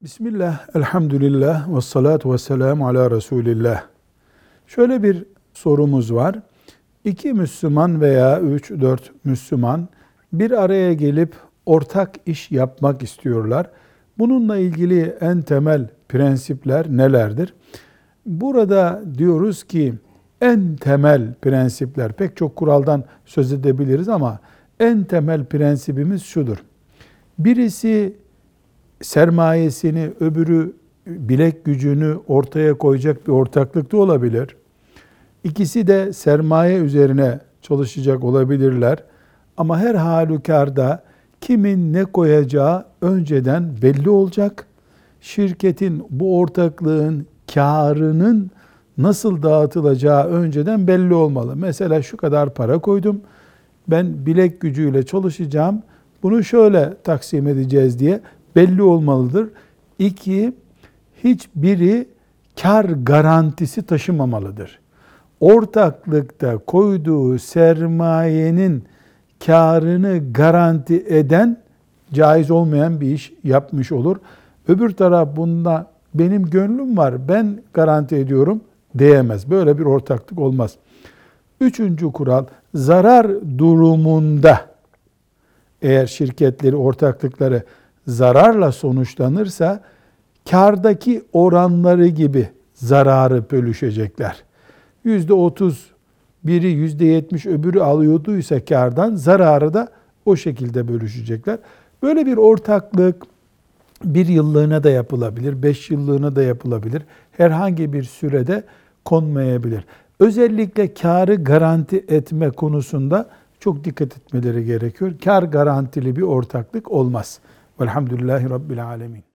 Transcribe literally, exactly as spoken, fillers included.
Bismillah, elhamdülillah, ve salatu ve selamu ala Resulillah. Şöyle bir sorumuz var. İki Müslüman veya üç, dört Müslüman bir araya gelip ortak iş yapmak istiyorlar. Bununla ilgili en temel prensipler nelerdir? Burada diyoruz ki en temel prensipler, pek çok kuraldan söz edebiliriz ama en temel prensibimiz şudur. Birisi sermayesini, öbürü bilek gücünü ortaya koyacak bir ortaklıkta olabilir. İkisi de sermaye üzerine çalışacak olabilirler. Ama her halükarda kimin ne koyacağı önceden belli olacak. Şirketin, bu ortaklığın kârının nasıl dağıtılacağı önceden belli olmalı. Mesela şu kadar para koydum, ben bilek gücüyle çalışacağım, bunu şöyle taksim edeceğiz diye belli olmalıdır. İki, hiçbiri kar garantisi taşımamalıdır. Ortaklıkta koyduğu sermayenin karını garanti eden caiz olmayan bir iş yapmış olur. Öbür taraf bunda benim gönlüm var, ben garanti ediyorum diyemez. Böyle bir ortaklık olmaz. Üçüncü kural, zarar durumunda eğer şirketleri, ortaklıkları zararla sonuçlanırsa kârdaki oranları gibi zararı bölüşecekler. Yüzde otuz biri yüzde yetmiş öbürü alıyorduysa kârdan zararı da o şekilde bölüşecekler. Böyle bir ortaklık bir yıllığına da yapılabilir, beş yıllığına da yapılabilir. Herhangi bir sürede konmayabilir. Özellikle kârı garanti etme konusunda çok dikkat etmeleri gerekiyor. Kâr garantili bir ortaklık olmaz. Velhamdülillahi Rabbil alemin.